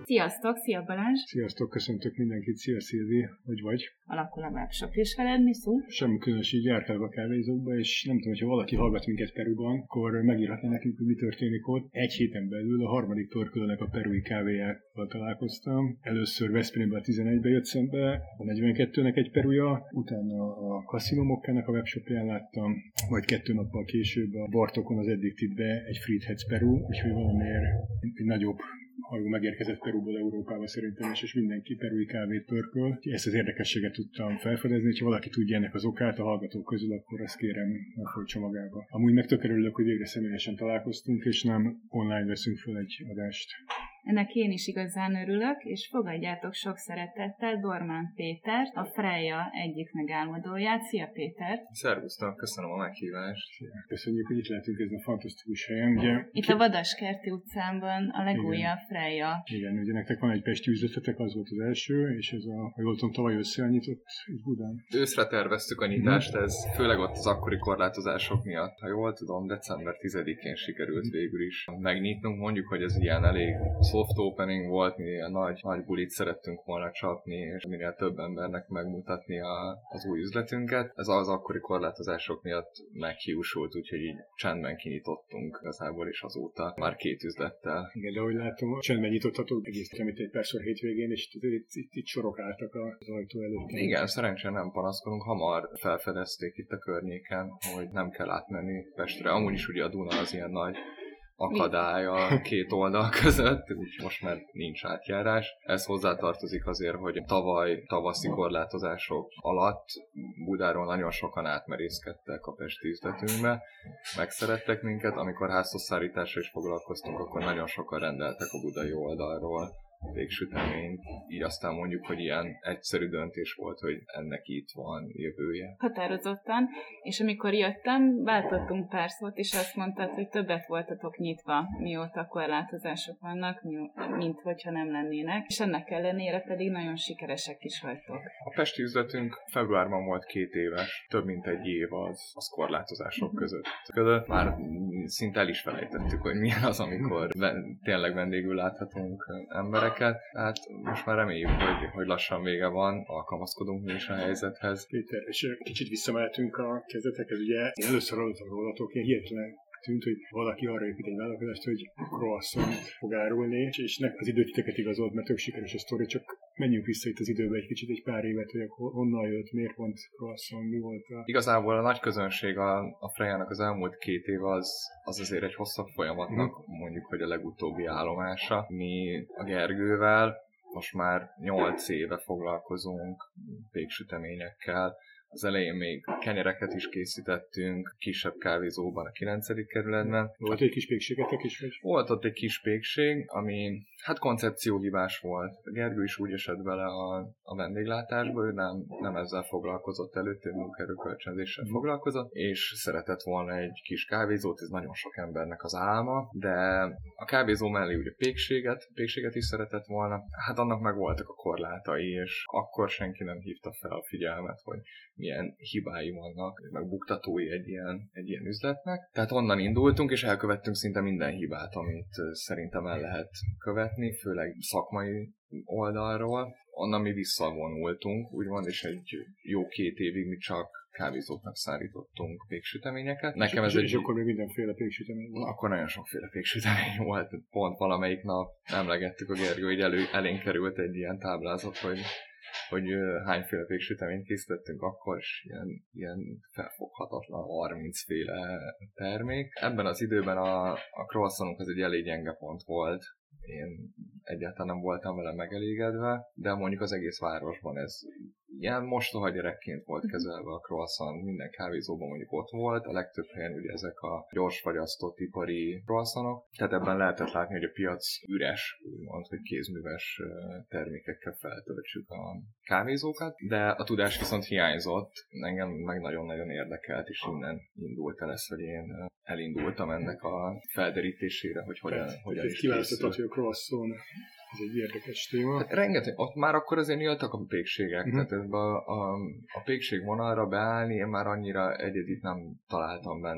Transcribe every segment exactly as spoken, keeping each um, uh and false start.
Sziasztok, szia Balázs! Sziasztok, köszöntök mindenkit, szia Szilvi, hogy vagy? Alakul a webshop is veled, mi szó? Semmi különös, így járkálva a kávézókba, és nem tudom, hogyha valaki hallgat minket Peruban, akkor megírhatná nekünk, hogy mi történik ott. Egy héten belül a harmadik torkolónak a perui kávéjával találkoztam. Először Veszprémben a tizenegybe jött szembe, a negyvenkettőnek egy peruja, utána a Casino Mokkának a webshopján láttam, majd kettő nappal később a Bartokon az Addicted-be egy Friedheads Peru, úgyhogy valamiért egy nagyobb hajó megérkezett Perúból Európába szerintem, és mindenki perui kávét pörköl. Ezt az érdekességet tudtam felfedezni, ha valaki tudja ennek az okát a hallgatók közül, akkor azt kérem, megfordítsa magába. Amúgy meg tök örülök, hogy végre személyesen találkoztunk, és nem online veszünk föl egy adást. Ennek én is igazán örülök, és fogadjátok sok szeretettel Dormán Pétert, a Freja egyik megálmodóját. Szia Péter! Szervusztok, köszönöm a meghívást! Szia. Köszönjük, hogy itt lehetünk ezen a fantasztikus helyen. Ugye, itt ki... a Vadaskerti utcánban a legújabb Freja. Igen, ugye nektek van egy pesti üzletetek, az volt az első, és ez a, ha jól tudom, tavaly össze nyitott itt Budán. Őszre terveztük a nyitást, ez főleg ott az akkori korlátozások miatt. Ha jól tudom, december tizedikén sikerült végül is megnyitnunk. Mondjuk, hogy ez ilyen elég soft opening volt, mi ilyen nagy, nagy bulit szerettünk volna csapni, és minél több embernek megmutatni a, az új üzletünket. Ez az akkori korlátozások miatt meghiúsult, úgyhogy így csendben kinyitottunk igazából, és azóta már két üzlettel. Igen, de ahogy látom, csendben nyitottatok egész mint egy párszor hétvégén, és itt, itt, itt, itt sorok álltak az ajtó előtt. Igen, szerencsére nem panaszkodunk, hamar felfedezték itt a környéken, hogy nem kell átmenni Pestre. Amúgy is ugye a Duna az ilyen nagy akadály a két oldal között, úgyhogy most már nincs átjárás. Ez hozzátartozik azért, hogy tavaly tavaszi korlátozások alatt Budáról nagyon sokan átmerészkedtek a pesti üzletünkbe, megszerettek minket, amikor házhozszállításra is foglalkoztunk, akkor nagyon sokan rendeltek a budai oldalról végsüteményt, így aztán mondjuk, hogy ilyen egyszerű döntés volt, hogy ennek itt van jövője. Határozottan, és amikor jöttem, váltottunk pár szót, és azt mondtad, hogy többet voltatok nyitva, mióta korlátozások vannak, mint hogyha nem lennének, és ennek ellenére pedig nagyon sikeresek is vagytok. A pesti üzletünk februárban volt két éves, több mint egy év az, az korlátozások között. között. Már szinte el is felejtettük, hogy milyen az, amikor tényleg vendégül láthatunk emberek. Tehát most már reméljük, hogy, hogy lassan vége van, alkalmazkodunk mi is a helyzethez. Péter, és kicsit visszamehetünk a kezdetekhez, ugye én először hallottam rólatok, ilyen hihetetlen tűnt, hogy valaki arra épít egy vállalkozást, hogy croissant fog árulni, és az időtiteket igazolt, mert tök sikeres a sztori, csak menjünk vissza itt az időbe egy kicsit, egy pár évet, hogy honnan jött, miért pont croissant, mi volt a... Igazából a nagy közönség a, a Frejának az elmúlt két év az, az azért egy hosszabb folyamatnak, hmm. mondjuk, hogy a legutóbbi állomása. Mi a Gergővel most már nyolc éve foglalkozunk péksüteményekkel. Az elején még kenyereket is készítettünk, kisebb kávézóban a kilencedik kerületben. Volt egy kis pékségetek is? Vagy? Volt ott egy kis pékség, ami hát koncepcióhibás volt. Gergő is úgy esett bele a, a vendéglátásba, ő nem, nem ezzel foglalkozott előtt, munkaerőkölcsönzéssel mm. foglalkozott, és szeretett volna egy kis kávézót, ez nagyon sok embernek az álma, de a kávézó mellé ugye pékséget, pékséget is szeretett volna, hát annak meg voltak a korlátai, és akkor senki nem hívta fel a figyelmet, hogy milyen hibái vannak, meg buktatói egy ilyen, egy ilyen üzletnek. Tehát onnan indultunk, és elkövettünk szinte minden hibát, amit szerintem el lehet követni, főleg szakmai oldalról. Onnan mi visszavonultunk, úgymond, és egy jó két évig mi csak kávézóknak szállítottunk péksüteményeket. Nekem ez és, egy... és akkor még mindenféle péksütemény volt? Akkor nagyon sokféle péksütemény volt. Pont valamelyik nap emlegettük a Gergő, hogy elő, elénk került egy ilyen táblázat, hogy hogy hányféle péksüteményt készítettünk akkor, és ilyen, ilyen felfoghatatlan harminc féle termék. Ebben az időben a, a croissantunk az egy elég gyenge pont volt. Én egyáltalán nem voltam vele megelégedve, de mondjuk az egész városban ez ilyen mostoha gyerekként volt kezelve a croissant, minden kávézóban mondjuk ott volt, a legtöbb helyen ugye ezek a gyorsfagyasztott ipari croissantok, tehát ebben lehetett látni, hogy a piac üres, úgymond, hogy kézműves termékekkel feltöltsük a kávézókat, de a tudás viszont hiányzott, engem meg nagyon-nagyon érdekelt, és innen indult el ez, hogy én elindultam ennek a felderítésére, hogy hogyan, hogyan is kiválasztottak, hogy a croissant, ez egy érdekes téma. Hát rengeteg, ott már akkor azért nyíltak a pékségek, uh-huh. tehát ebbe a, a, a pékség vonalra beállni, én már annyira egyedit nem találtam benne, ott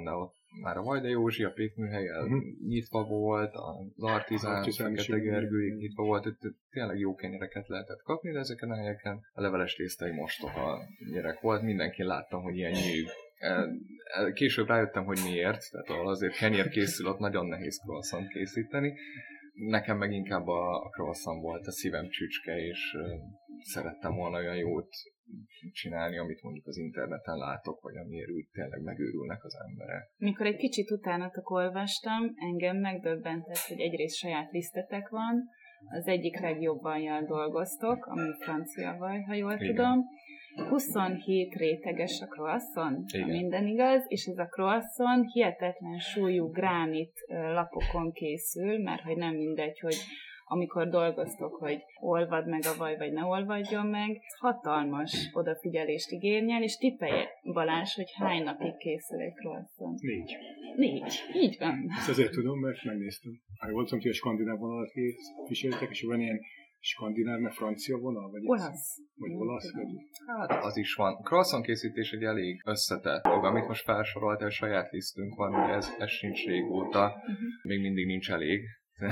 már a Vajda Józsi, a pékműhelyen uh-huh. nyitva volt, az Artizán, a Fekete Gergőig nyitva volt, itt tényleg jó kenyereket lehetett kapni, de ezeken a helyeken a leveles tésztai mostoha gyerek volt, mindenki láttam, hogy ilyen nyűg. Később rájöttem, hogy miért, tehát ahol azért kenyér készül, ott nagyon nehéz croissant készíteni. Nekem meg inkább a croissant volt a szívem csücske, és szerettem volna olyan jót csinálni, amit mondjuk az interneten látok, vagy amiért úgy tényleg megőrülnek az emberek. Mikor egy kicsit utánatok olvastam, engem megdöbbentett, hogy egyrészt saját lisztetek van, az egyik legjobb vajjal dolgoztok, ami francia vaj, ha jól Igen. tudom. huszonhét réteges a croissant, ha minden igaz, és ez a croissant hihetetlen súlyú gránit lapokon készül, mert hogy nem mindegy, hogy amikor dolgoztok, hogy olvad meg a vaj, vagy ne olvadjon meg, hatalmas odafigyelést igényel, és tippelj, Balázs, hogy hány napig készül egy croissant? Négy. Négy, így van. Ezt azért tudom, mert megnéztem. Hát voltam, hogy a skandináv vonalat kísértek, és van ilyen skandináv, meg francia vonal? Vagy olasz. Vagy olasz? Vagy... Hát az is van. Croissant készítés egy elég összetett dolog, amit most felsorolt, a saját lisztünk van, ugye ez, ez sincs régóta, uh-huh. még mindig nincs elég.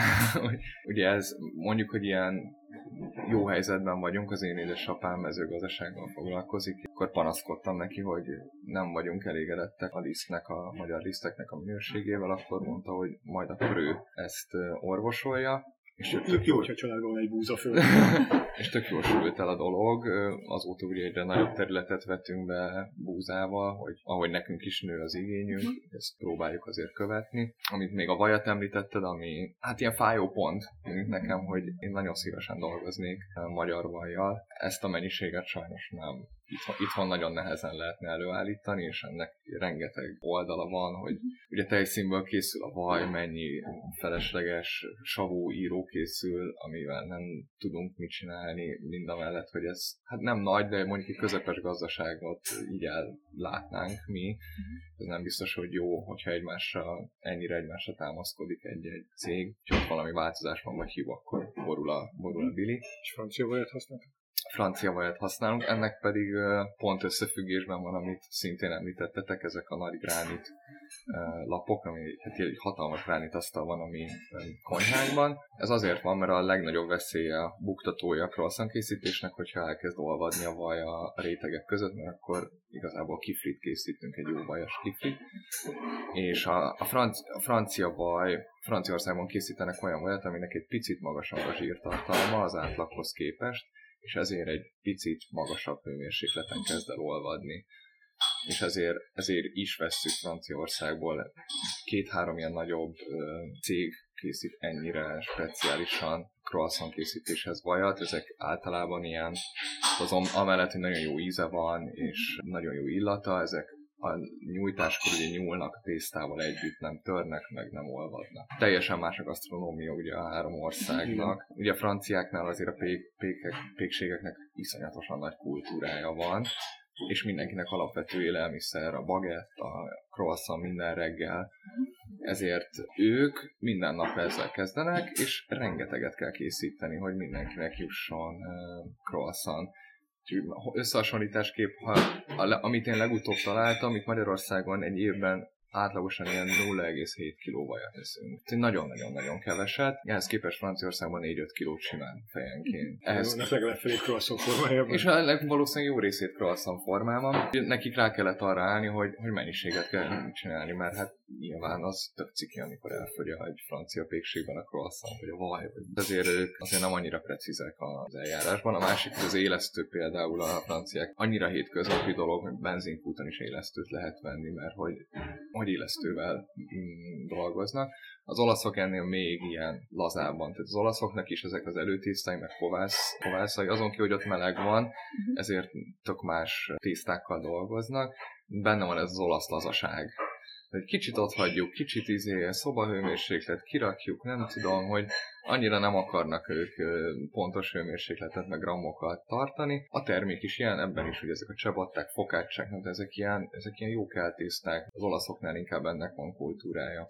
Ugye ez mondjuk, hogy ilyen jó helyzetben vagyunk, az én édesapám mezőgazdasággal foglalkozik, akkor panaszkodtam neki, hogy nem vagyunk elégedettek a lisztnek, a magyar liszteknek a minőségével, akkor mondta, hogy majd akkor ő ezt orvosolja. És tök, tök jó, hogyha családban van egy búza föl. És tök jól sült el a dolog. Azóta ugye egyre nagyobb területet vettünk be búzával, hogy ahogy nekünk is nő az igényünk, ezt próbáljuk azért követni. Amit még a vajat említetted, ami hát ilyen fájó pont nekem, hogy én nagyon szívesen dolgoznék magyar vajjal. Ezt a mennyiséget sajnos nem. Itthon, itthon nagyon nehezen lehetne előállítani, és ennek rengeteg oldala van, hogy ugye tejszínből készül a vaj, mennyi felesleges savú író készül, amivel nem tudunk mit csinálni, mindamellett, hogy ez hát nem nagy, de mondjuk egy közepes gazdaságot így ellátnánk mi. Ez nem biztos, hogy jó, hogyha egymásra, ennyire egymásra támaszkodik egy-egy cég, hogy ott valami változás van, vagy hiba, akkor borul a, borul a bili. És francia vajat használtak? Francia vajat használunk, ennek pedig pont összefüggésben van, amit szintén említettetek, ezek a nagy gránit lapok, ami hát egy hatalmas gránit asztal van a mi konyhánkban. Ez azért van, mert a legnagyobb veszélye a buktatója a croissant készítésnek, hogyha elkezd olvadni a vaj a rétegek között, mert akkor igazából kiflit készítünk, egy jó vajas kiflit. És a, a, franc, a francia vaj, Franciaországban készítenek olyan vajat, aminek egy picit magasabb a zsírtartalma az átlaghoz képest, és ezért egy picit magasabb hőmérsékleten kezd el olvadni. És ezért, ezért is vesszük Franciaországból. Két-három ilyen nagyobb ö, cég készít ennyire speciálisan croissant készítéshez vajat. Ezek általában ilyen, azon amellett, hogy nagyon jó íze van, és nagyon jó illata, ezek a nyújtáskor ugye nyúlnak a tésztával együtt, nem törnek, meg nem olvadnak. Teljesen más a gasztronómia ugye a három országnak. Ugye a franciáknál azért a pék, pékek, pékségeknek iszonyatosan nagy kultúrája van, és mindenkinek alapvető élelmiszer, a bagett, a croissant minden reggel. Ezért ők minden nap ezzel kezdenek, és rengeteget kell készíteni, hogy mindenkinek jusson uh, croissant. Összehasonlításképp, ha, amit én legutóbb találtam, itt Magyarországon egy évben átlagosan ilyen nulla egész hét kiló vajat eszünk. Nagyon-nagyon-nagyon keveset. Ehhez képest Franciaországban négy-öt kilót simán fejenként. Ehhez... Ennek legalább felé croissant formájában. És ennek valószínűleg jó részét croissant formában. Nekik rá kellett arra állni, hogy, hogy mennyiséget kell csinálni, mert hát nyilván az tök ciki, amikor elfogyja egy francia pékségben a croissant, vagy a vaj. Vagy... Ezért ők azért nem annyira precízek az eljárásban. A másik, az élesztő például a franciák annyira hétköznapi dolog, hogy benzinkúton is élesztőt lehet venni, mert hogy hogy élesztővel mm, dolgoznak. Az olaszok ennél még ilyen lazábban. Tehát az olaszoknak is ezek az előtésztái, meg kovász, kovászai, azon ki, hogy ott meleg van, ezért tök más tésztákkal dolgoznak. Benne van ez az olasz lazaság. Egy kicsit ott hagyjuk, kicsit izé, szobahőmérséklet, kirakjuk, nem tudom, hogy annyira nem akarnak ők pontos hőmérsékletet, meg grammokat tartani. A termék is ilyen, ebben is, hogy ezek a ciabatták, fokáccsák, de ezek ilyen, ezek ilyen jó keltészták. Az olaszoknál inkább ennek van kultúrája.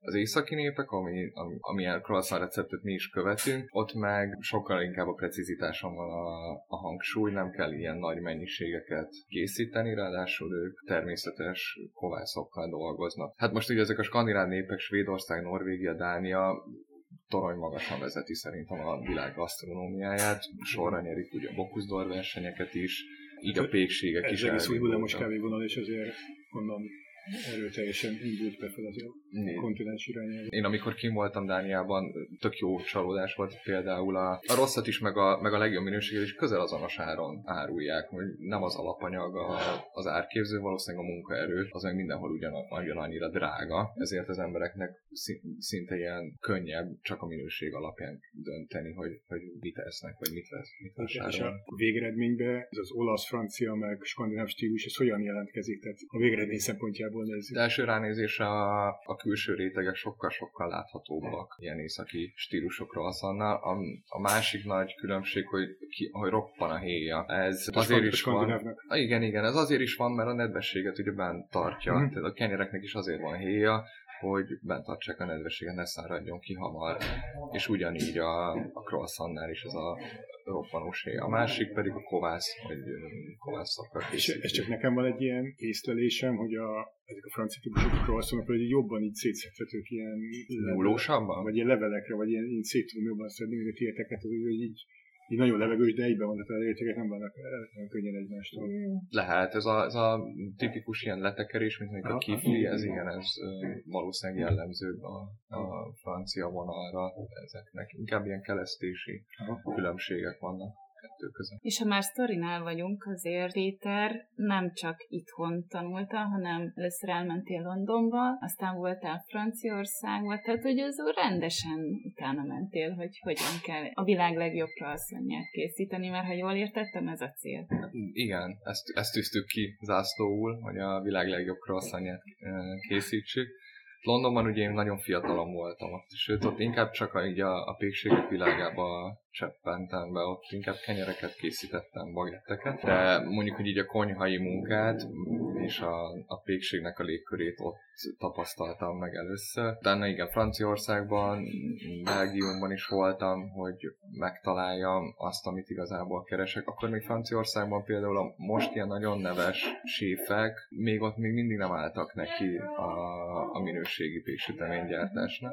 Az északi népek, ami, ami, amilyen croissant receptet mi is követünk, ott meg sokkal inkább a precizitáson van a, a hangsúly, nem kell ilyen nagy mennyiségeket készíteni, ráadásul ők természetes kovászokkal dolgoznak. Hát most ugye ezek a skandináv népek, Svédország, Norvégia, Dánia torony magasan vezeti szerintem a világ gasztronómiáját, sorra nyerik ugye a Bocuse versenyeket is, így a pékségek ez is elindultak. Ez egész új hullamos kávévonal, és azért onnan erőteljesen indult befelé az a kontinens irányába. Én amikor kim voltam Dániában, tök jó csalódás volt például a, a rosszat is, meg a, meg a legjobb minőséget is közel azonos áron árulják, hogy nem az alapanyag a, az árképző, valószínűleg a munkaerő, az meg mindenhol ugyan, ugyanannyira drága, ezért az embereknek szinte ilyen könnyebb csak a minőség alapján dönteni, hogy, hogy mit esznek, vagy mit vesz, mit vásárolnak. És a végeredményben ez az olasz, francia, meg skandináv stílus, ez hogyan jelentkezik? Tehát a végeredmény szempontjából nézzük. De első ránézésre a, a külső rétegek sokkal-sokkal láthatóbbak ilyen északi stílusokra azonnal. A, a másik nagy különbség, hogy, ki, hogy roppan a héja. Ez a azért is van. Igen, igen, ez azért is van, mert a nedvességet ugye bent tartja. Mm. Tehát a kenyereknek is azért van héja, hogy bent tartsák a nedvességet, ne száradjon ki hamar. És ugyanígy a, a croissantnál is ez a roppanós héja. A másik pedig a kovász, vagy kovászokkal készítik. És csak nekem van egy ilyen észlelésem, hogy a, ezek a francia típusú croissantok hogy jobban így szétszedhetők ilyen múlósabban? Vagy ilyen levelekre, vagy ilyen, ilyen szét tudom jobban szedni, mint a tieteket, hogy így így nagyon levegős, de egyben van, tehát a értékek nem vannak nagyon könnyen egymástól. Lehet, ez a, ez a tipikus ilyen letekerés, mint mondjuk a kifli, ez igen, ez valószínűleg jellemzőbb a, a francia vonalra, ezeknek inkább ilyen kelesztési Aha. különbségek vannak kettő között. És ha már sztorinál vagyunk, azért Péter nem csak itthon tanulta, hanem először elmentél Londonba, aztán voltál Franciaországba, tehát hogy az rendesen utána mentél, hogy hogyan kell a világ legjobb croissantját készíteni, mert ha jól értettem, ez a cél. Igen, ezt, ezt tűztük ki zászlóul, hogy a világ legjobb croissantját készítsük. Londonban ugye én nagyon fiatalon voltam ott, sőt ott inkább csak a, így a, a pékségek világába cseppentem be, ott inkább kenyereket készítettem, bagetteket, de mondjuk, hogy így a konyhai munkát és a, a pékségnek a légkörét ott tapasztaltam meg először. Utána igen, Franciaországban, Belgiumban is voltam, hogy megtaláljam azt, amit igazából keresek. Akkor még Franciaországban például a most ilyen nagyon neves séfek, még ott még mindig nem álltak neki a, a minőségi péksüteménygyártásnak.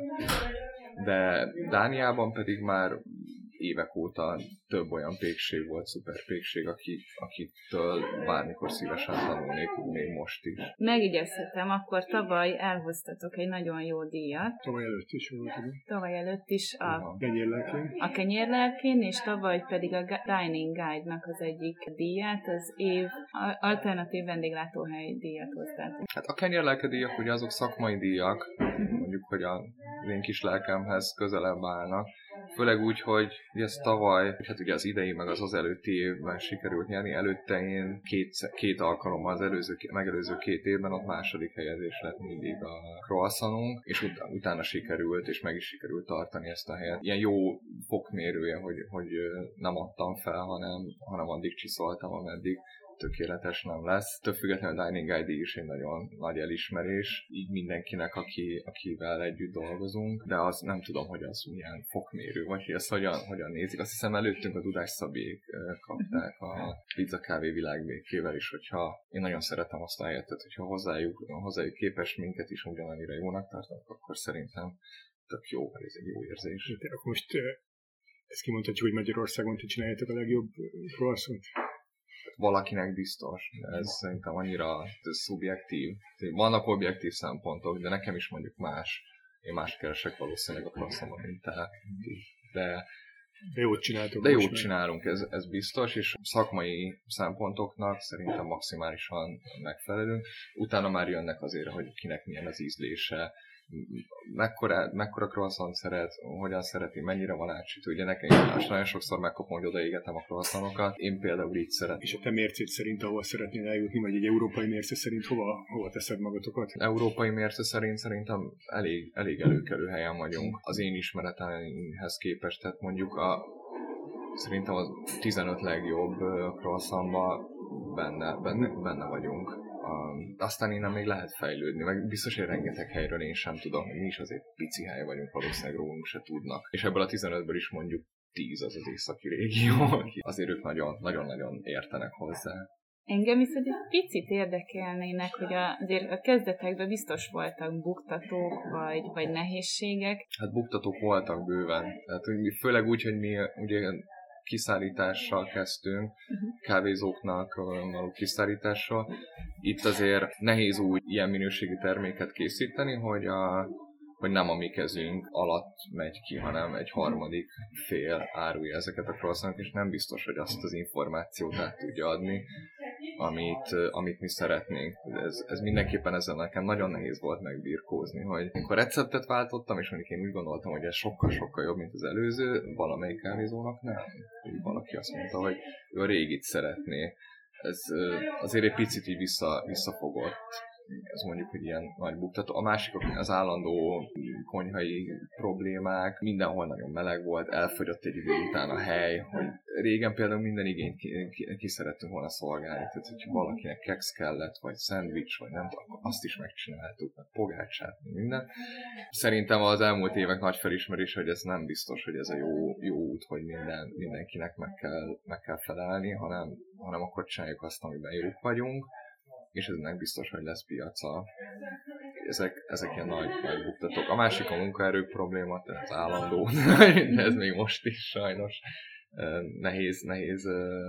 De Dániában pedig már évek óta több olyan pékség volt, szuper pékség, akik, akiktől bármikor szívesen tanulnék, még most is. Megjegyezhetem, akkor tavaly elhoztatok egy nagyon jó díjat. Tavaly előtt is volt. Tavaly előtt is a kenyérlelkén. A kenyérlelkén, és tavaly pedig a Dining Guide-nak az egyik díját, az év alternatív vendéglátóhely díjat hoztátok. Hát a kenyérlelke díjak ugye azok szakmai díjak, mondjuk, hogy a én kis lelkemhez közelebb állnak. Főleg úgy, hogy ez tavaly, hát ugye az idei, meg az az előtti évben sikerült nyerni, előtte én két, két alkalommal az előző, megelőző két évben ott második helyezés lett mindig a croissantunk, és ut- utána sikerült, és meg is sikerült tartani ezt a helyet. Ilyen jó fokmérője, hogy, hogy nem adtam fel, hanem, hanem addig csiszoltam, ameddig tökéletes nem lesz. Több függetlenül a Dining Guide is egy nagyon nagy elismerés, így mindenkinek, aki, akivel együtt dolgozunk, de az nem tudom, hogy az milyen fokmérő, vagy hogy ezt hogyan, hogyan nézik. Azt hiszem előttünk a Dudás Szabék kapták a Pizza Kávé világbékével is, hogyha én nagyon szeretem azt a helyet, hogyha hozzájuk, hozzájuk képes minket is ugyanannyira jónak tartanak, akkor szerintem tök jó, ez egy jó érzés. De akkor most ezt kimondhatjuk, hogy Magyarországon ti csináljátok a legjobb croissant? Valakinek biztos, de ez szerintem annyira ez szubjektív. Vannak objektív szempontok, de nekem is mondjuk más. Én más keresek valószínűleg a croissantban, mint te. De, de jót csináltok. De jót csinálunk, ez, ez biztos, és szakmai szempontoknak szerintem maximálisan megfelelünk. Utána már jönnek azért, hogy kinek milyen az ízlése, mekkora, mekkora croissant szeret, hogyan szereti, mennyire van átsütő. Ugye nekem most nagyon sokszor megkapom, hogy odaégetem a croissantokat. Én például így szeretem. És a te mércét szerint ahol szeretnél eljutni, vagy egy európai mérce szerint hova, hova teszed magatokat? Európai mérce szerint szerintem elég, elég előkelő helyen vagyunk. Az én ismeretemhez képest, tehát mondjuk a szerintem az tizenöt legjobb croissantban benne, benne, benne vagyunk. Um, aztán innen még lehet fejlődni, meg biztos, hogy rengeteg helyről én sem tudom, hogy mi is azért pici hely vagyunk, valószínűleg rólunk se tudnak. És ebből a tizenötből is mondjuk tíz az az északi régió, azért ők nagyon, nagyon-nagyon értenek hozzá. Engem viszont egy picit érdekelnének, hogy azért a kezdetekben biztos voltak buktatók, vagy, vagy nehézségek. Hát buktatók voltak bőven. Tehát, főleg úgy, hogy mi ugye kiszállítással kezdtünk, uh-huh. kávézóknak való kiszállítással. Itt azért nehéz úgy ilyen minőségű terméket készíteni, hogy, a, hogy nem a mi kezünk alatt megy ki, hanem egy harmadik fél árulja ezeket a croissantok, és nem biztos, hogy azt az információt át tudja adni, amit, amit mi szeretnénk. Ez, ez mindenképpen ezzel nekem nagyon nehéz volt megbirkózni, hogy amikor receptet váltottam, és mondjuk én úgy gondoltam, hogy ez sokkal-sokkal jobb, mint az előző, valamelyik kávézónak nem. Valaki azt mondta, hogy ő a régit szeretné. Ez azért egy picit így vissza, visszafogott. Ez mondjuk, hogy ilyen nagy buktató. A másik az állandó konyhai problémák, mindenhol nagyon meleg volt, elfogyott egy idő után a hely, hogy régen például minden igényt ki, ki, ki szerettünk volna szolgálni, tehát hogyha valakinek keksz kellett, vagy szendvics, vagy nem tudom, azt is megcsináltuk, meg pogácsát, minden. Szerintem az elmúlt évek nagy felismerés, hogy ez nem biztos, hogy ez a jó, jó út, hogy minden, mindenkinek meg kell, meg kell felelni, hanem, hanem akkor csináljuk azt, amiben jók vagyunk, és eznek biztos, hogy lesz piaca. Ezek, ezek ilyen nagy, nagy buktatók. A másik a munkaerő probléma, tehát az állandó, de ez még most is sajnos nehéz, nehéz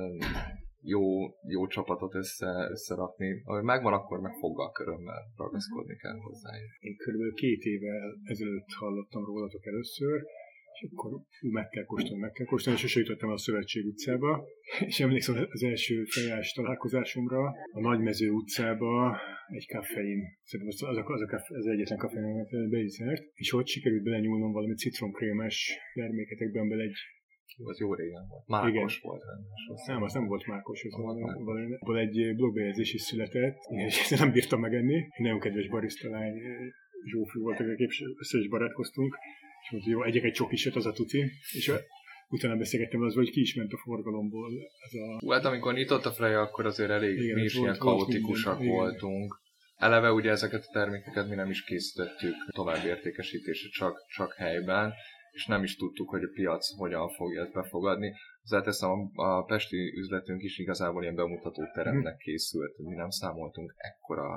jó, jó csapatot össze, összerakni. Ahogy megvan, akkor meg foggal körömmel ragaszkodni kell hozzá. Én körülbelül két évvel ezelőtt hallottam rólatok először, és akkor meg kell kóstolni, meg kell kóstolni, és sose jutottam a Szövetség utcába. És emlékszem az első fejás találkozásomra, a Nagymező utcába egy kaffein, szerintem az, az, az, az egyetlen kaffein, amit be is zárt, és ott sikerült belenyúlnom valami citromkrémes terméketekben, amiben egy... Az jó régen volt. Mákos igen. volt. Nem, az nem volt mákos, az volt egy blogbejegyzés is született, és ezt nem bírtam megenni. Egy nagyon kedves barisztalány, Zsófi volt, akik össze is barátkoztunk, és mondta, jó, egyek egy csokisat, az a tuci, és utána beszélgettem az, hogy ki is ment a forgalomból. Ez a... Hú, hát amikor nyitott a Freja, akkor azért elég igen, mi is volt, ilyen kaotikusak minden, voltunk. Igen. Eleve ugye ezeket a termékeket mi nem is készítettük további értékesítésre, csak, csak helyben, és nem is tudtuk, hogy a piac hogyan fogja ezt befogadni. Hozzáteszem, a pesti üzletünk is igazából ilyen bemutató teremnek készült, mi nem számoltunk ekkora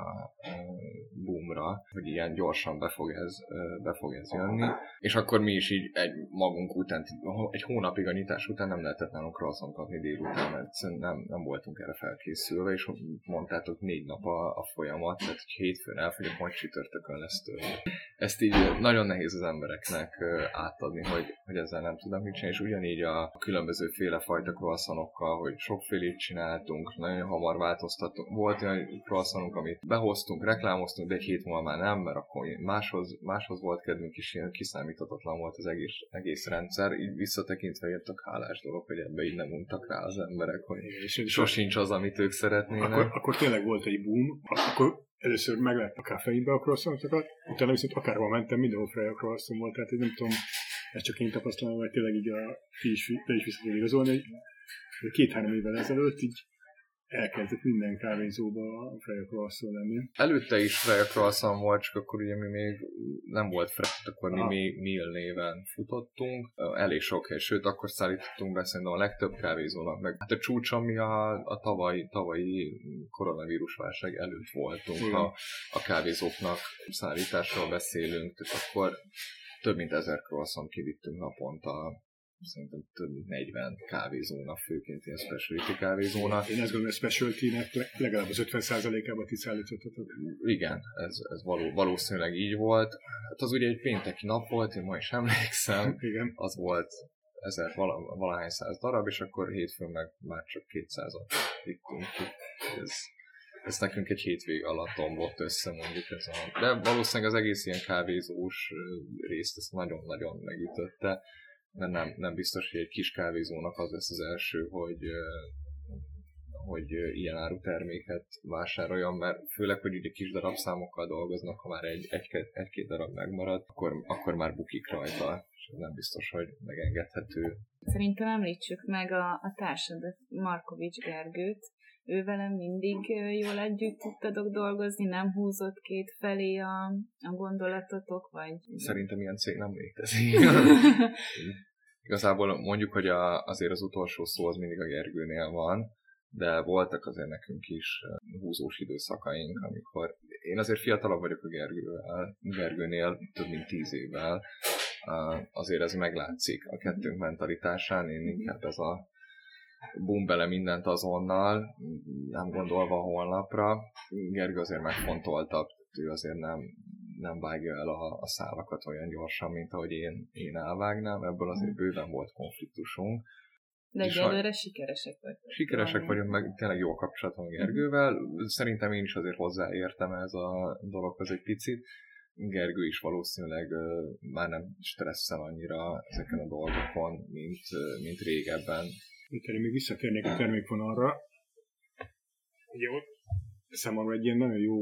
boomra, hogy ilyen gyorsan be fog ez, be fog ez jönni. És akkor mi is így egy magunk után, egy hónapig a nyitás után nem lehetett nálunk croissant kapni délután, mert nem, nem voltunk erre felkészülve, és mondtátok négy nap a, a folyamat, tehát hogy hétfőn elfogyott, majd csütörtökön lesz tőle. Ezt így nagyon nehéz az embereknek átadni, hogy, hogy ezzel nem tudnak mit csinálni, és ugyanígy a különböző féle fajta croissantokkal, hogy sokfélét csináltunk, nagyon hamar változtattunk. Volt olyan croissantunk, amit behoztunk, reklámoztunk, de egy hét múlva már nem, mert akkor máshoz, máshoz volt kedvünk, és ilyen kiszámíthatatlan volt az egész, egész rendszer. Így visszatekintve jött a hálás dolog, hogy ebbe így nem untak rá az emberek, hogy és sosincs az, amit ők szeretnének. Akkor, akkor tényleg volt egy boom, akkor először meglett a kaffeinbe a croissantokat, utána viszont akárhol mentem, mindenhol Freja croissant volt, tehát nem tudom, ez csak én tapasztalom, hogy tényleg így a, ti is, te is vissza tudod igazolni, hogy két-három évvel ezelőtt így elkezdett minden kávézóba a Freja croissant lenni. Előtte is Freja croissant volt, csak akkor ugye mi még nem volt Freja, akkor mi még Mill néven futottunk. Elég sok hely, sőt akkor szállítottunk be szerintem a legtöbb kávézónak, meg hát a csúcson mi a, a tavalyi, tavalyi koronavírusválság előtt voltunk, igen. ha a kávézóknak szállításról beszélünk, tehát akkor több mint ezer croissant kivittünk naponta, szerintem több mint negyven kávézónak, főként ilyen specialty kávézónak. Én azt gondolom, hogy a specialty-nek legalább az ötven százalékában ti szállítottatok. Igen, ez, ez való, valószínűleg így volt. Hát az ugye egy pénteki nap volt, én ma is emlékszem. Igen. Az volt ezer vala, valahány száz darab, és akkor hétfőn meg már csak kétszázat vittünk ki. Ez, ez nekünk egy hétvég alatt tombott össze, mondjuk ez a... De valószínűleg az egész ilyen kávézós részt ezt nagyon-nagyon megütötte, mert nem, nem biztos, hogy egy kis kávézónak az lesz az első, hogy, hogy ilyen áru terméket vásároljon, mert főleg, hogy ugye kis darabszámokkal dolgoznak, ha már egy, egy, egy-két darab megmarad, akkor, akkor már bukik rajta, és nem biztos, hogy megengedhető. Szerintem említsük meg a, a társadat, Markovics Gergőt. ő velem mindig jól együtt tudtatok dolgozni, nem húzott két felé a, a gondolatotok, vagy... Szerintem ilyen cég nem létezik. Igazából mondjuk, hogy a, azért az utolsó szó az mindig a Gergőnél van, de voltak azért nekünk is húzós időszakaink, amikor én azért fiatalabb vagyok a Gergővel, Gergőnél több mint tíz évvel, azért ez meglátszik a kettőnk mentalitásán, én inkább ez a bum bele mindent azonnal, nem gondolva a holnapra. Gergő azért megfontoltabb, ő azért nem, nem vágja el a, a szálakat olyan gyorsan, mint ahogy én, én elvágnám, ebből azért bőven volt konfliktusunk. De egyelőre sikeresek vagyok. Sikeresek vagyunk, meg tényleg jó a kapcsolatom Gergővel. Szerintem én is azért hozzáértem ez a dologhoz egy picit. Gergő is valószínűleg uh, már nem stresszel annyira ezeken a dolgokon, mint, uh, mint régebben. Itt még visszatérnék a termékvonalra. Ugye ott számomra egy ilyen nagyon jó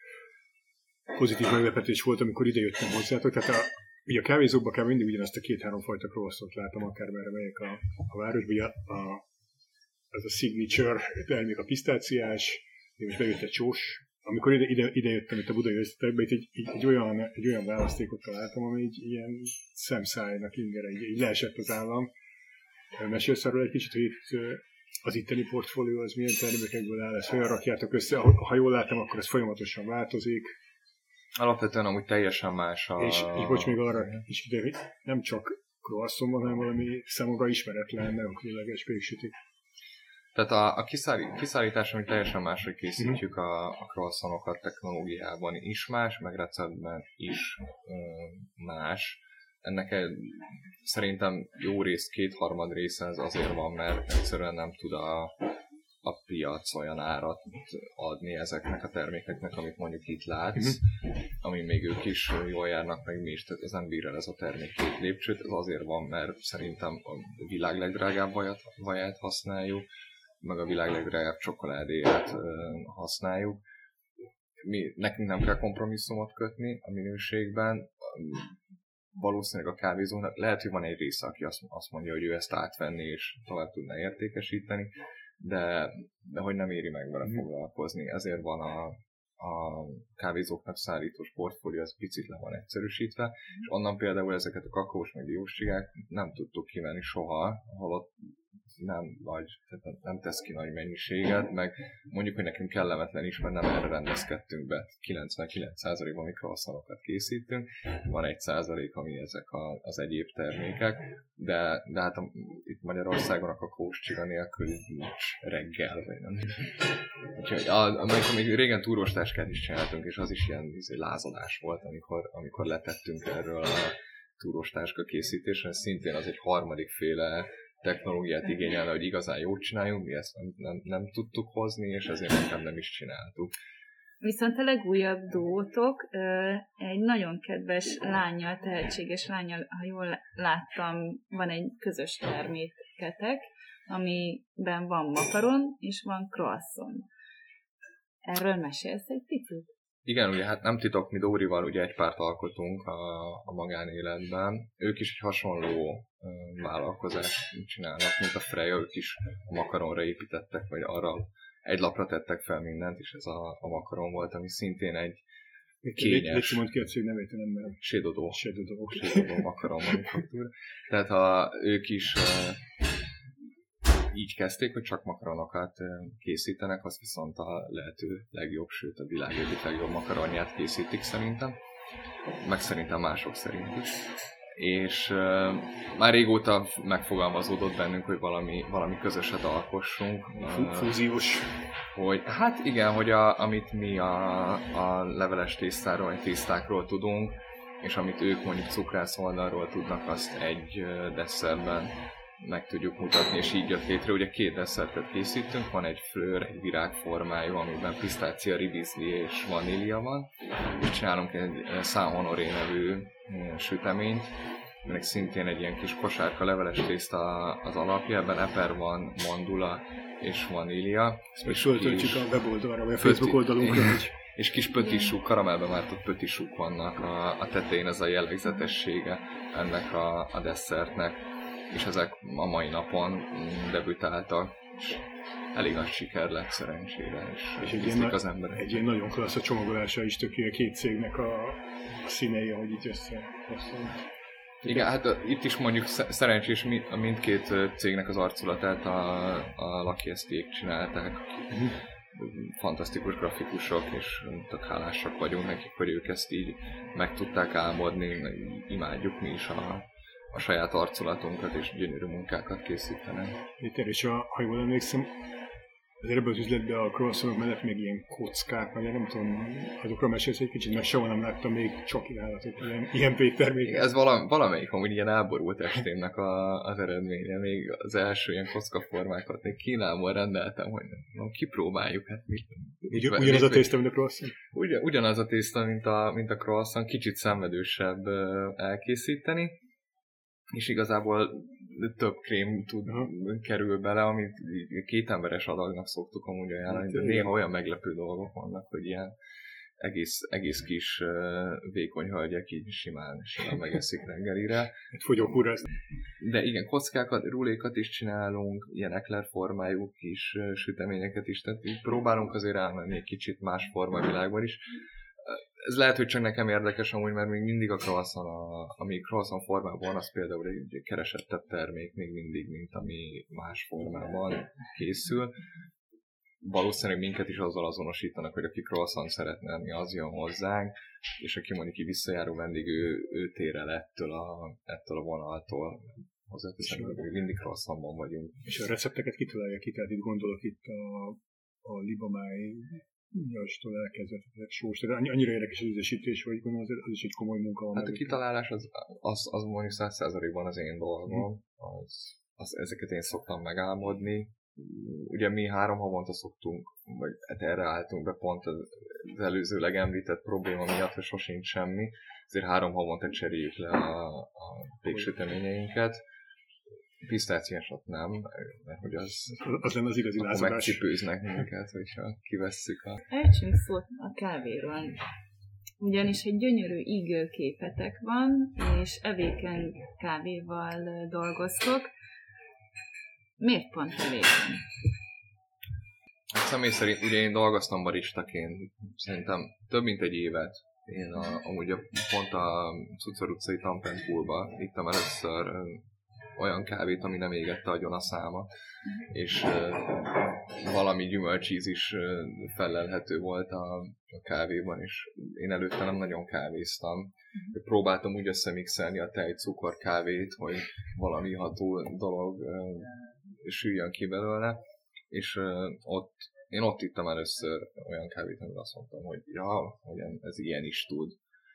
pozitív meglepetés volt, amikor idejöttem hozzátok. Tehát a, ugye a kávézókban kell mindig ugyanazt a két-három fajta croissant látom, akármerre megyek a, a városban. Ugye a, a, az a signature termék a pisztáciás, most bejött egy csós. Amikor ide, ide, ide jöttem itt a Budai Összetekbe, itt egy, egy, egy, olyan, egy olyan választékot találtam, ami egy ilyen szemszájnak ingere, így, így leesett az állam. Mesélsz arról egy kicsit, hogy itt az itteni portfólió az milyen termékekből áll, ezt olyan rakjátok össze, ha jól látom, akkor ez folyamatosan változik. Alapvetően amúgy teljesen más a... És így bocs, még arra is ide, hogy nem csak croissant van, hanem valami számomra ismeretlen, nagyon különleges péksütik. Tehát a, a kiszállít, kiszállítás, amit teljesen máshogy készítjük a, a croissantokat technológiában is más, meg receptben is ö, más. Ennek egy, szerintem jó rész, kétharmad része ez azért van, mert egyszerűen nem tud a, a piac olyan árat adni ezeknek a termékeknek, amit mondjuk itt látsz, uh-huh. ami még ők is jól járnak, meg mi is, tehát ez nem bír el ez a termék két lépcsőt, ez azért van, mert szerintem a világ legdrágább vajat, vaját használjuk, meg a világ legdrágább csokoládéját használjuk. Mi, nekünk nem kell kompromisszumot kötni a minőségben, valószínűleg a kávézónak lehet, hogy van egy része, aki azt, azt mondja, hogy ő ezt átvenni és tovább tudná értékesíteni, de, de hogy nem éri meg vele foglalkozni. Ezért van a, a kávézóknak szállítós portfólió, az picit le van egyszerűsítve, és onnan például ezeket a kakaós meg dióscsigák nem tudtuk kivenni soha, holott nem nagy, tehát nem tesz ki nagy mennyiséget, meg mondjuk, hogy nekünk kellemetlen is, mert nem erre rendezkedtünk be. kilencvenkilenc százalékban mikrocroissantokat készítünk, van egy százalék, ami ezek a, az egyéb termékek, de, de hát a, itt Magyarországon a kakaós csiga nélkül nincs reggel, vagy nem. Úgyhogy amikor még régen túróstáskát is csináltunk, és az is ilyen izé, lázadás volt, amikor, amikor letettünk erről a túróstáska készítésre, szintén az egy harmadik féle technológiát igényelne, hogy igazán jót csináljunk, mi ezt nem, nem, nem tudtuk hozni, és ezért nekem nem is csináltuk. Viszont a legújabb duótok egy nagyon kedves lánnyal, tehetséges lánnyal, ha jól láttam, van egy közös terméketek, amiben van makaron és van croissant. Erről mesélsz egy picit? Igen, ugye hát nem titok, mi Dórival ugye egy párt alkotunk a, a magánéletben. Ők is egy hasonló uh, vállalkozást csinálnak, mint a Freya, ők is a makaronra építettek, vagy arra egy lapra tettek fel mindent, és ez a, a makaron volt, ami szintén egy kényes... Légy mondd ki a cég nevét, nem merem. Sédodó. Sédodó. Sédodó makaron manufaktúra. Tehát ha ők is... Uh, így kezdték, hogy csak makaronokat készítenek, azt viszont a lehető legjobb, sőt a világ egyik legjobb makaronját készítik szerintem, meg szerintem mások szerint is. És uh, már régóta megfogalmazódott bennünk, hogy valami, valami közöset alkossunk. Uh, Fúziós. Hogy, hát igen, hogy a, amit mi a, a leveles tésztáról, vagy tésztákról tudunk, és amit ők mondjuk cukrász oldalról tudnak, azt egy desszertben meg tudjuk mutatni, és így jött létre. Ugye két desszertet készítünk, van egy flőr, egy virágformájú, amiben pisztácia, ribizli és vanília van, és csinálunk egy San Honoré nevű süteményt, aminek szintén egy ilyen kis kosárka leveles tészta az alapja, ebben eper van, mandula és vanília. Ezt még föltöltjük a weboldalra, vagy a Facebook oldalunkra. És kis pötissúk, karamellbe mártott pötissúk vannak a, a tetején, ez a jellegzetessége ennek a, a desszertnek, és ezek a mai napon debütáltak és elég nagy siker lett szerencsére, és, és egy ilyen, az emberek. Egy ilyen nagyon klassz a csomagolása is tökéletes két cégnek a, a színei, ahogy így össze. Igen, hát itt is mondjuk szerencsés mindkét cégnek az arculatát a, a Lucky es té-ek csinálták, akik fantasztikus grafikusok, és tök hálásak vagyunk nekik, hogy ők ezt így meg tudták álmodni, imádjuk mi is a, a saját arculatunkat, és gyönyörű munkákat készítenek. Péter, és a, ha jól emlékszem, az ebből az üzletben a croissant mellett még ilyen kockák, vagy nem tudom, azokra mesélsz egy kicsit, mert soha nem láttam még csak irálatot, ilyen, ilyen Péter még. Ez valam, valamelyik amúgy ilyen áborult estémnek a, az eredménye, még az első ilyen kockaformákat még Kínából rendeltem, hogy nem, kipróbáljuk, hát mit. mit Ugy, ugyanaz mit, a tészta, mint a croissant? Ugyan, ugyanaz a tészta, mint a, mint a croissant, kicsit szenvedősebb elkészíteni, és igazából több krém tud uh-huh. kerül bele, amit két emberes adagnak szoktuk amúgy ajánlani, de néha olyan meglepő dolgok vannak, hogy ilyen egész, egész kis uh, vékony hölgyek így simán, simán megeszik reggelire. Egy fogyókúra. De igen, kockákat, rulékat is csinálunk, ilyen ekler formájú kis uh, süteményeket is, tehát így próbálunk azért elmenni egy kicsit más formavilágban is. Ez lehet, hogy csak nekem érdekes amúgy, mert még mindig a croissant, a, ami croissant formában van, az például egy keresettebb termék még mindig, mint ami más formában készül. Valószínűleg minket is azzal azonosítanak, hogy aki croissant szeretne enni, az jön hozzánk, és aki mondjuk ki visszajáró vendég, ő, ő tér el ettől a, ettől a vonaltól. Hozzáteszem, hogy még mindig croissantban vagyunk. És a recepteket kitalálja ki, tehát itt gondolok itt a, a libamáj nyastól elkezdve, ezek sós. Tehát annyira érdekes az ízesítés, hogy gondolom, az, az is egy komoly munka van. Hát a kitalálás az, az, az mondjuk száz százalékban az én dolgom. Hmm. Az, az, ezeket én szoktam megálmodni. Ugye mi három havonta szoktunk, vagy hát erre álltunk be pont az, az előzőleg említett probléma miatt, hogy sosincs semmi. Ezért három havonta cseréljük le a, a péksüteményeinket. Pisztáciásat nem, mert hogy az, az lenne az igazi lázadás. Megcipőznek minket, hogyha kivesszük a... Ejtsünk szót a kávéról. Ugyanis egy gyönyörű ígőképetek van, és evéken kávéval dolgoztok. Miért pont evéken? Hát személy szerint, ugye én dolgoztam baristaként, szerintem több mint egy évet. Én a, amúgy a, pont a Cucor utcai Tampent Poolba ittam először olyan kávét, ami nem égette agyon a száma, és uh, valami gyümölcsíz is uh, felelhető volt a, a kávéban, és én előtte nem nagyon kávéztam. Próbáltam úgy összemixelni a tej, cukor, kávét, hogy valami ható dolog uh, süljön ki belőle, és uh, ott, én ott ittam először olyan kávét, amivel azt mondtam, hogy ja, hogy ez ilyen is tud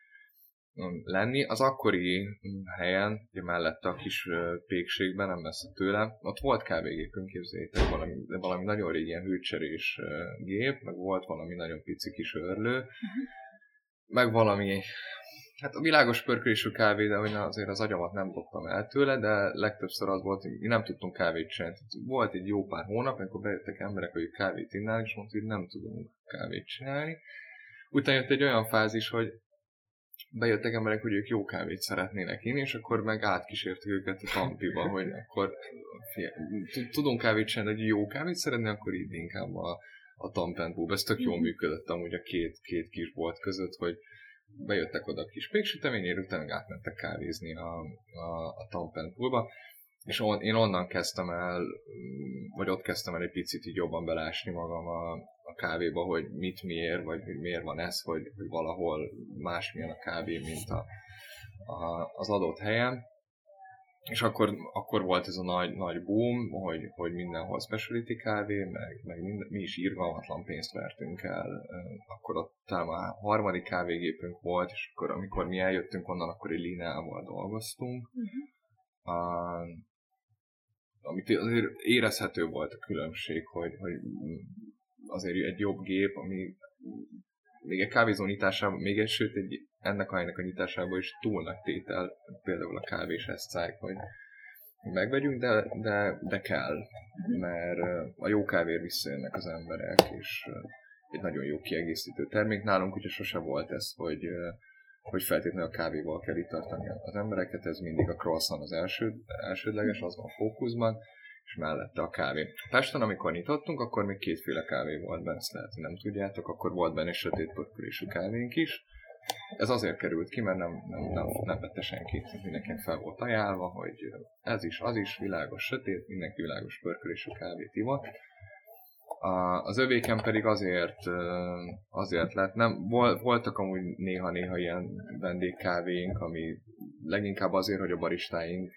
lenni. Az akkori helyen, ugye mellette a kis pékségben, nem messze tőle, ott volt kávégépünk, képzeljétek, valami, valami nagyon régi ilyen hőcserés gép, meg volt valami nagyon pici kis örlő, uh-huh. meg valami, hát a világos pörkölésű kávé, de azért az agyamat nem dobtam el tőle, de legtöbbször az volt, hogy mi nem tudtunk kávét csinálni. Volt egy jó pár hónap, amikor bejöttek emberek, hogy kávét innának, és mondtuk, hogy nem tudunk kávét csinálni. Utána jött egy olyan fázis, hogy bejöttek emberek, hogy ők jó kávét szeretnének inni, és akkor meg átkísértük őket a Tampiba, hogy akkor tudunk kávét csinálni, hogy jó kávét szeretni, akkor így inkább a, a Tampent Poolba. Ez tök jól működött amúgy a két, két kis bolt között, hogy bejöttek oda a kis péksüteményért, utána meg átmentek kávézni a, a, a Tampent Poolba. És on, én onnan kezdtem el, vagy ott kezdtem el egy picit így jobban belásni magam a, a kávéba, hogy mit miért, vagy hogy miért van ez, hogy, hogy valahol másmilyen a kávé, mint a, a, az adott helyen. És akkor, akkor volt ez a nagy, nagy boom, hogy, hogy mindenhol specialty kávé, meg, meg minden, mi is irgalmatlan pénzt vertünk el. Akkor ott talán a harmadik kávégépünk volt, és akkor amikor mi eljöttünk onnan, akkor egy Lineával dolgoztunk. Uh-huh. A, amit azért érezhető volt a különbség, hogy, hogy azért egy jobb gép, ami még egy kávézó nyitásában, még egy, sőt egy, ennek a helynek a nyitásában is túl nagy tétel, például a kávés eszcájk, hogy megvegyünk, de, de, de kell, mert a jó kávér visszajönnek az emberek, és egy nagyon jó kiegészítő termék. Nálunk ugye sose volt ez, hogy hogy feltétlenül a kávéval kell itt tartani az embereket, ez mindig a croissant az első, elsődleges, az van a fókuszban, és mellette a kávé. Pesten, amikor nyitottunk, akkor még kétféle kávé volt benne, ezt lehet, hogy nem tudjátok, akkor volt benne egy sötét pörkölésű kávénk is. Ez azért került ki, mert nem, nem, nem, nem vette senki, mindenkinek fel volt ajánlva, hogy ez is, az is, világos, sötét, mindenki világos pörkölésű kávét ivott. Az övéken pedig azért, azért lett, nem, voltak amúgy néha-néha ilyen vendégkávéink, ami leginkább azért, hogy a baristáink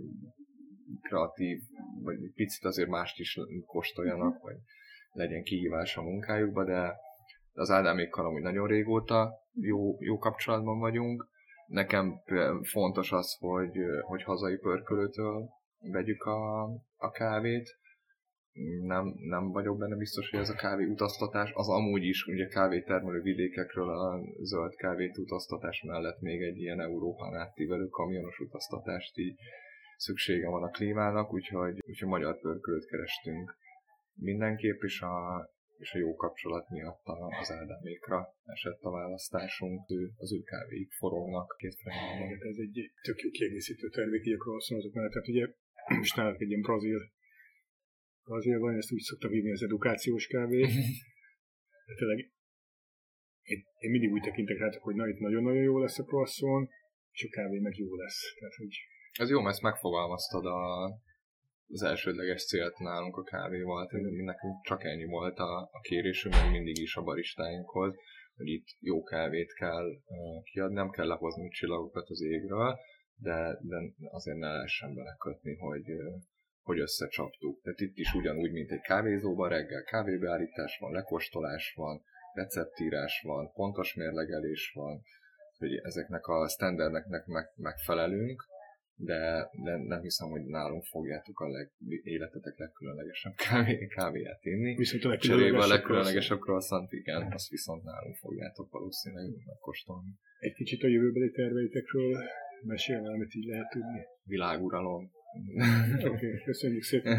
kreatív, vagy picit azért mást is kóstoljanak, vagy legyen kihívás a munkájukba, de az Ádámékkal amúgy nagyon régóta jó, jó kapcsolatban vagyunk. Nekem fontos az, hogy, hogy hazai pörkölőtől vegyük a, a kávét. Nem, nem vagyok benne biztos, hogy ez a kávé utaztatás, az amúgy is, ugye kávétermelő vidékekről a zöld kávét utaztatás mellett még egy ilyen Európán átívelő kamionos utaztatást így szüksége van a klímának, úgyhogy, úgyhogy magyar pörkölőt kerestünk mindenképp, és a, és a jó kapcsolat miatt az Ádámékra esett a választásunk, ő, az ő kávéik forognak két fejlően. Ez egy tök jó kiegészítő termék, így akkor azt mondok mellett, tehát ugye most nálad egy ilyen brazil Brazil van, ezt úgy szoktam hívni az edukációs kávé. De tényleg én, én mindig úgy tekintek rátok, hogy na itt nagyon-nagyon jó lesz a croissant, és a kávé meg jó lesz. Tehát, hogy... Ez jó, mert ezt megfogalmaztad a, az elsődleges célt nálunk a kávéval. Tehát nekünk csak ennyi volt a, a kérésünk, meg mindig is a baristáinkhoz, hogy itt jó kávét kell uh, kiadni, nem kell lehozni csillagokat az égről, de, de azért ne lehessen belekötni, hogy uh, hogy összecsaptuk. Tehát itt is ugyanúgy, mint egy kávézóban, reggel kávébeállítás van, lekóstolás van, receptírás van, pontos mérlegelés van, hogy ezeknek a standardeknek meg, megfelelünk, de, de nem hiszem, hogy nálunk fogjátok a leg, életetek legkülönlegesebb kávé, kávéját inni. Viszont a cserébe a legkülönlegesebb croissant, igen, azt viszont nálunk fogjátok valószínűleg megkóstolni. Egy kicsit a jövőbeli terveitekről mesélj, amit így lehet tudni. Világuralom. Oké, okay, köszönjük szépen.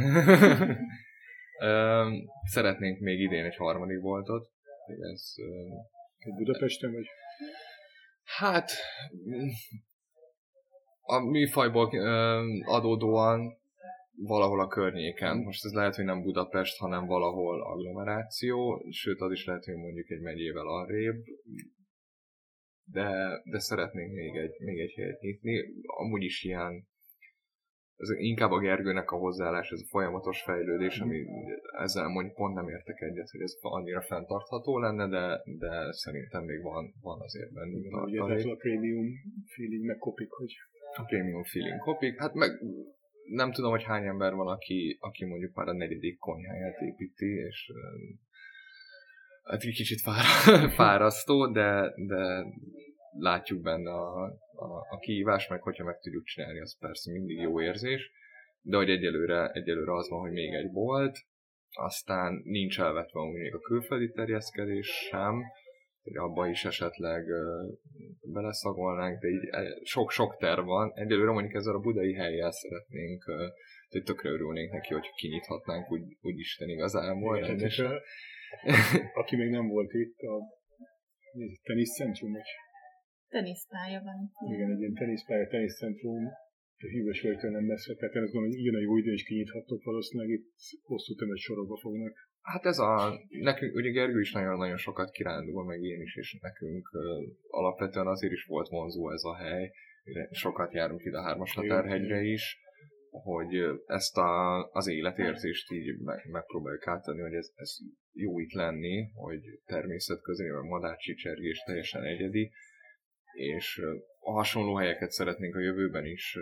Szeretnénk még idén egy harmadik boltot. Ez, Budapesten vagy? Hát a műfajból adódóan valahol a környéken. Most ez lehet, hogy nem Budapest, hanem valahol agglomeráció, sőt az is lehet, hogy mondjuk egy megyével arrébb. De, de szeretnénk még egy, még egy helyet nyitni. Amúgy is ilyen ez inkább a Gergőnek a hozzáállás, ez a folyamatos fejlődés, ami ezzel mondjuk pont nem értek egyet, hogy ez annyira fenntartható lenne, de, de szerintem még van, van azért bennünk tartalék. Ugye a premium feeling meg kopik, hogy... A premium feeling kopik, hát meg nem tudom, hogy hány ember van, aki, aki mondjuk már a negyedik konyháját építi, és hát egy kicsit fárasztó, de, de látjuk benne a, a, a kihívás, meg hogyha meg tudjuk csinálni, az persze mindig jó érzés, de hogy egyelőre, egyelőre az van, hogy még egy bolt, aztán nincs elvetve még a külföldi terjeszkedés sem, hogy abba is esetleg uh, beleszagolnánk, de így sok-sok terv van. Egyelőre mondjuk ezzel a budai helyjel szeretnénk, uh, hogy tökre örülnénk neki, hogy kinyithatnánk úgy, úgy Isten igazából. Igen, aki még nem volt itt, a teniszcentrum, vagy? Teniszpálya van. Igen, egy ilyen teniszpálya, teniszcentrum, a hűvös vagytól nem messze, tehát én azt gondolom, hogy jön a jó idő, és kinyithattok, valószínűleg itt hosszú tömött sorokba fognak. Hát ez a, nekünk, ugye Gergő is nagyon-nagyon sokat kirándul, meg én is, és nekünk uh, alapvetően azért is volt vonzó ez a hely, sokat járunk ide a Hármas Határhegyre is, hogy ezt a, az életérzést így meg, megpróbáljuk átadni, hogy ez, ez jó itt lenni, hogy természetközeli, vagy madárcsicsergés teljesen egyedi, és a hasonló helyeket szeretnénk a jövőben is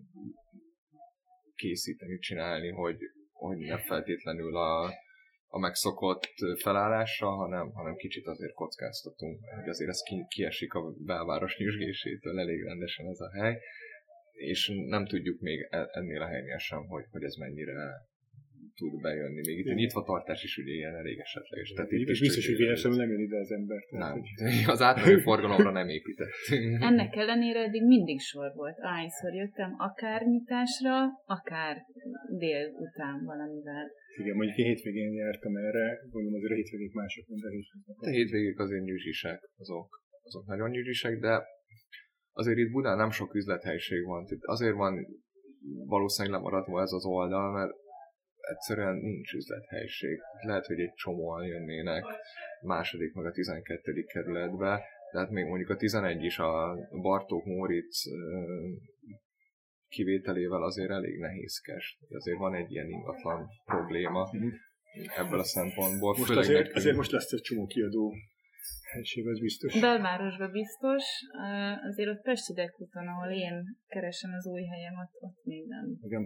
készíteni, csinálni, hogy, hogy ne feltétlenül a, a megszokott felállásra, hanem, hanem kicsit azért kockáztatunk, hogy azért ez ki, kiesik a belváros nyüzsgésétől elég rendesen ez a hely, és nem tudjuk még ennél a helynél sem, hogy, hogy ez mennyire tud bejönni. Még itt a nyitvatartás is ugye ilyen elég esetleges. Tehát itt is biztos, hogy véletlenül nem jön ide az ember. Nem, hogy... az átmenő forgalomra nem építettünk. Ennek ellenére eddig mindig sor volt. Ahányszor jöttem, akár nyitásra, akár délután valamivel. Igen, mondjuk én hétvégén jártam erre, gondolom azért a hétvégék mások, mint a hétvégék. A hétvégék azért nyűzsisek, azok, azok nagyon nyűzsisek, de azért itt Budán nem sok üzlethelyiség van. Azért van valószínűleg lemaradva ez az oldal, mert egyszerűen nincs üzlethelyiség. Lehet, hogy egy csomóan jönnének második meg a tizenkettedik kerületbe, tehát még mondjuk a tizenegy is a Bartók Móricz kivételével azért elég nehézkes. Azért van egy ilyen ingatlan probléma ebből a szempontból. Most azért, nekünk... azért most lesz egy csomó kiadó helység, az biztos. Belvárosban biztos, azért ott Pesti Dekúton, ahol én keresem az új helyem, ott, ott még nem. Igen.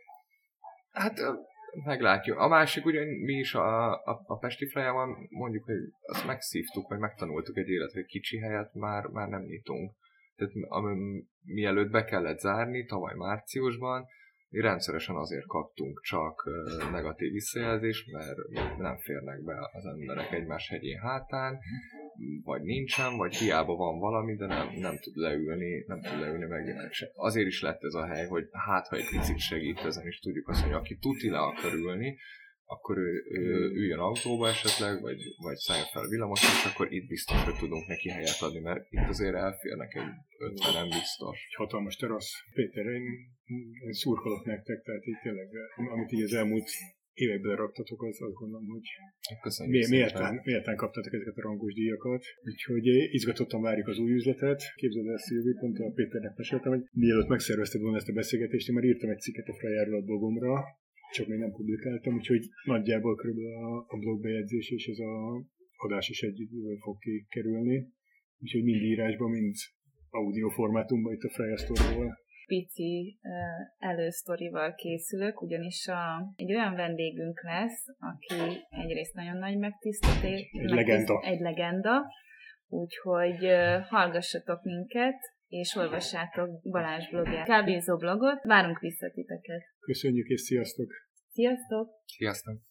Hát meglátjuk. A másik, ugye mi is a, a, a Pesti Frejában mondjuk, hogy azt megszívtuk, vagy megtanultuk egy élet, hogy kicsi helyet már, már nem nyitunk. Tehát ami, mielőtt be kellett zárni, tavaly márciusban, rendszeresen azért kaptunk csak negatív visszajelzést, mert nem férnek be az emberek egymás hegyén hátán, vagy nincsen, vagy hiába van valami, de nem, nem tud leülni, nem tud leülni meg. Azért is lett ez a hely, hogy hát, ha egy picit segít ezen is tudjuk azt, hogy aki tuti le akar ülni, akkor ő, ő üljön autóba esetleg, vagy, vagy szálljon fel a villamosra, és akkor itt biztos, hogy tudunk neki helyet adni, mert itt azért elférnek egy ötvenen biztos. Egy hatalmas terasz. Péter, én, én szurkolok nektek, tehát így tényleg, amit így az elmúlt években raktatok, az azt gondolom, hogy mi, méltán, méltán kaptatok ezeket a rangos díjakat. Úgyhogy izgatottan várjuk az új üzletet. Képzeld el, Szilvi, pont a Péternek meséltem, hogy mielőtt megszervezted volna ezt a beszélgetést, én már írtam egy cikket a Frejáról a blogomra, csak még nem publikáltam, úgyhogy nagyjából körülbelül a, a blogbejegyzés és ez a adás is egy idővel fog kikerülni. Úgyhogy mind írásban, mind audio formátumban itt a Freja Store-ból. Pici uh, elősztorival készülök, ugyanis a, egy olyan vendégünk lesz, aki egyrészt nagyon nagy megtiszteltetés. Egy megtiszt, legenda. Egy legenda. Úgyhogy uh, hallgassatok minket, és olvassátok Balázs blogját, kávézó blogot. Várunk vissza titeket. Köszönjük, és sziasztok! Sziasztok! Sziasztok!